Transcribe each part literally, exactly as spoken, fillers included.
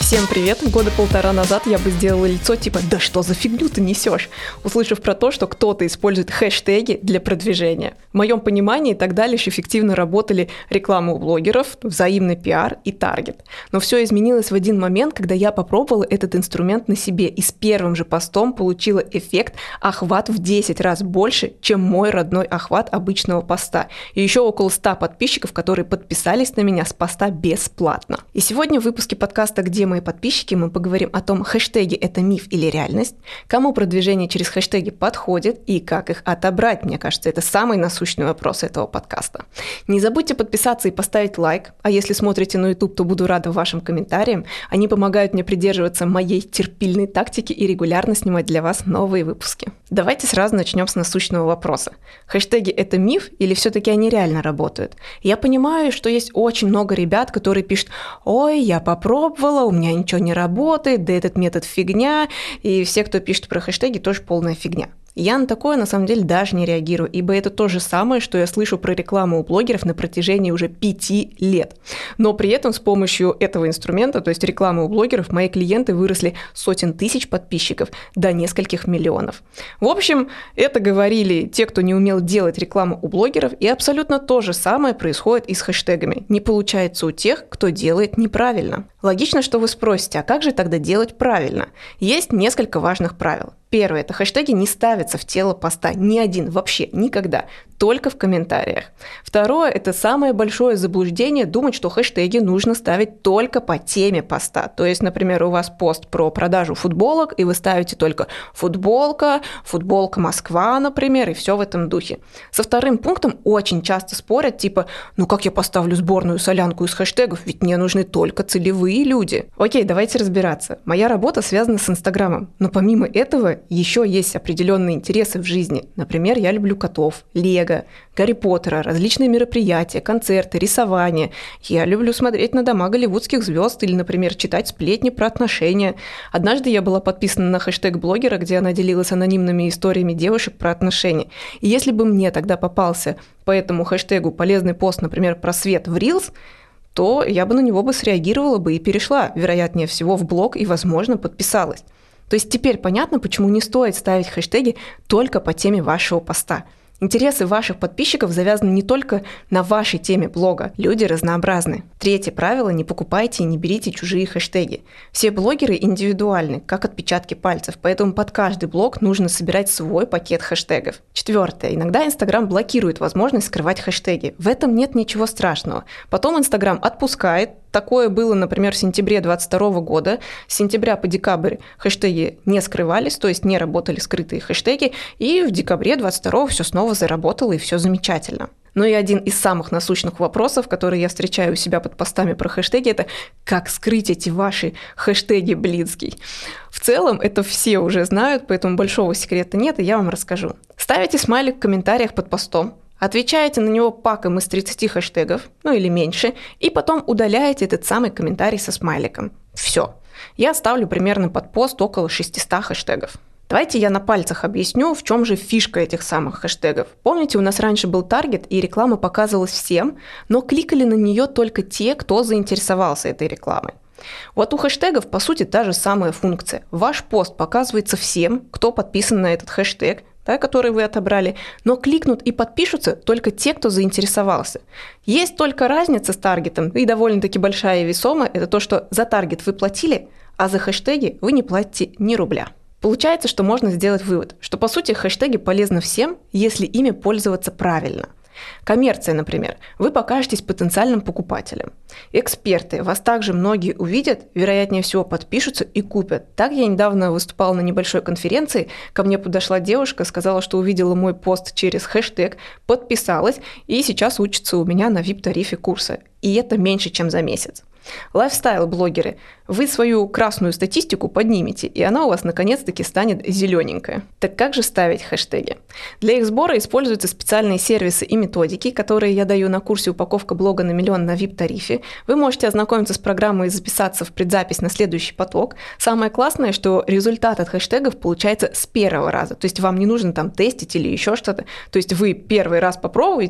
Всем привет! Года полтора назад я бы сделала лицо типа «Да что за фигню ты несешь?», услышав про то, что кто-то использует хэштеги для продвижения. В моем понимании тогда лишь эффективно работали реклама у блогеров, взаимный пиар и таргет. Но все изменилось в один момент, когда я попробовала этот инструмент на себе и с первым же постом получила эффект охват в десять раз больше, чем мой родной охват обычного поста. И еще около ста подписчиков, которые подписались на меня с поста бесплатно. И сегодня в выпуске подкаста «Где мои подписчики» мы поговорим о том, хэштеги – это миф или реальность, кому продвижение через хэштеги подходит и как их отобрать. Мне кажется, это самый насущный вопрос этого подкаста. Не забудьте подписаться и поставить лайк, а если смотрите на YouTube, то буду рада вашим комментариям. Они помогают мне придерживаться моей терпильной тактики и регулярно снимать для вас новые выпуски. Давайте сразу начнем с насущного вопроса. Хэштеги – это миф или все-таки они реально работают? Я понимаю, что есть очень много ребят, которые пишут: «Ой, я попробовала, у меня ничего не работает, да этот метод фигня», и все, кто пишет про хэштеги, тоже полная фигня. Я на такое, на самом деле, даже не реагирую, ибо это то же самое, что я слышу про рекламу у блогеров на протяжении уже пяти лет. Но при этом с помощью этого инструмента, то есть рекламы у блогеров, мои клиенты выросли с сотен тысяч подписчиков до нескольких миллионов. В общем, это говорили те, кто не умел делать рекламу у блогеров, и абсолютно то же самое происходит и с хэштегами. Не получается у тех, кто делает неправильно. Логично, что вы спросите, а как же тогда делать правильно? Есть несколько важных правил. Первое – это хэштеги не ставятся в тело поста, ни один, вообще, никогда, только в комментариях. Второе – это самое большое заблуждение думать, что хэштеги нужно ставить только по теме поста. То есть, например, у вас пост про продажу футболок, и вы ставите только футболка, футболка Москва, например, и все в этом духе. Со вторым пунктом очень часто спорят, типа, ну как я поставлю сборную солянку из хэштегов, ведь мне нужны только целевые люди. Окей, давайте разбираться. Моя работа связана с Инстаграмом, но помимо этого еще есть определенные интересы в жизни. Например, я люблю котов, Лего, Гарри Поттера, различные мероприятия, концерты, рисование. Я люблю смотреть на дома голливудских звезд или, например, читать сплетни про отношения. Однажды я была подписана на хэштег блогера, где она делилась анонимными историями девушек про отношения. И если бы мне тогда попался по этому хэштегу полезный пост, например, про свет в Reels, то я бы на него бы среагировала бы и перешла, вероятнее всего, в блог и, возможно, подписалась. То есть теперь понятно, почему не стоит ставить хэштеги только по теме вашего поста. Интересы ваших подписчиков завязаны не только на вашей теме блога. Люди разнообразны. Третье правило – не покупайте и не берите чужие хэштеги. Все блогеры индивидуальны, как отпечатки пальцев, поэтому под каждый блог нужно собирать свой пакет хэштегов. Четвертое. Иногда Инстаграм блокирует возможность скрывать хэштеги. В этом нет ничего страшного. Потом Инстаграм отпускает. Такое было, например, в сентябре двадцать второго года. С сентября по декабрь хэштеги не скрывались, то есть не работали скрытые хэштеги, и в декабре двадцать второго все снова заработало, и все замечательно. Ну и один из самых насущных вопросов, которые я встречаю у себя под постами про хэштеги, это как скрыть эти ваши хэштеги блицкий. В целом это все уже знают, поэтому большого секрета нет, и я вам расскажу. Ставите смайлик в комментариях под постом, отвечаете на него паком из тридцати хэштегов, ну или меньше, и потом удаляете этот самый комментарий со смайликом. Все. Я ставлю примерно под пост около шестисот хэштегов. Давайте я на пальцах объясню, в чем же фишка этих самых хэштегов. Помните, у нас раньше был таргет, и реклама показывалась всем, но кликали на нее только те, кто заинтересовался этой рекламой. Вот у хэштегов, по сути, та же самая функция. Ваш пост показывается всем, кто подписан на этот хэштег, да, который вы отобрали, но кликнут и подпишутся только те, кто заинтересовался. Есть только разница с таргетом, и довольно-таки большая и весомая, это то, что за таргет вы платили, а за хэштеги вы не платите ни рубля. Получается, что можно сделать вывод, что по сути хэштеги полезны всем, если ими пользоваться правильно. Коммерция, например. Вы покажетесь потенциальным покупателям. Эксперты. Вас также многие увидят, вероятнее всего подпишутся и купят. Так я недавно выступала на небольшой конференции. Ко мне подошла девушка, сказала, что увидела мой пост через хэштег, подписалась и сейчас учится у меня на ви ай пи-тарифе курса. И это меньше, чем за месяц. Лайфстайл-блогеры. Вы свою красную статистику поднимете, и она у вас наконец-таки станет зелененькая. Так как же ставить хэштеги? Для их сбора используются специальные сервисы и методики, которые я даю на курсе «Упаковка блога на миллион» на ви ай пи-тарифе. Вы можете ознакомиться с программой и записаться в предзапись на следующий поток. Самое классное, что результат от хэштегов получается с первого раза. То есть вам не нужно там тестить или еще что-то. То есть вы первый раз попробуете,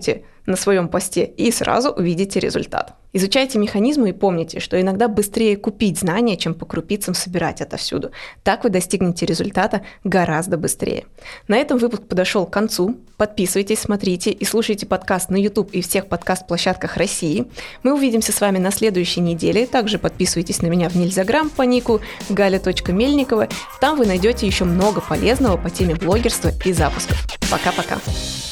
на своем посте и сразу увидите результат. Изучайте механизмы и помните, что иногда быстрее купить знания, чем по крупицам собирать отовсюду. Так вы достигнете результата гораздо быстрее. На этом выпуск подошел к концу. Подписывайтесь, смотрите и слушайте подкаст на YouTube и всех подкаст-площадках России. Мы увидимся с вами на следующей неделе. Также подписывайтесь на меня в Нельзяграм по нику галя точка мельникова. Там вы найдете еще много полезного по теме блогерства и запусков. Пока-пока.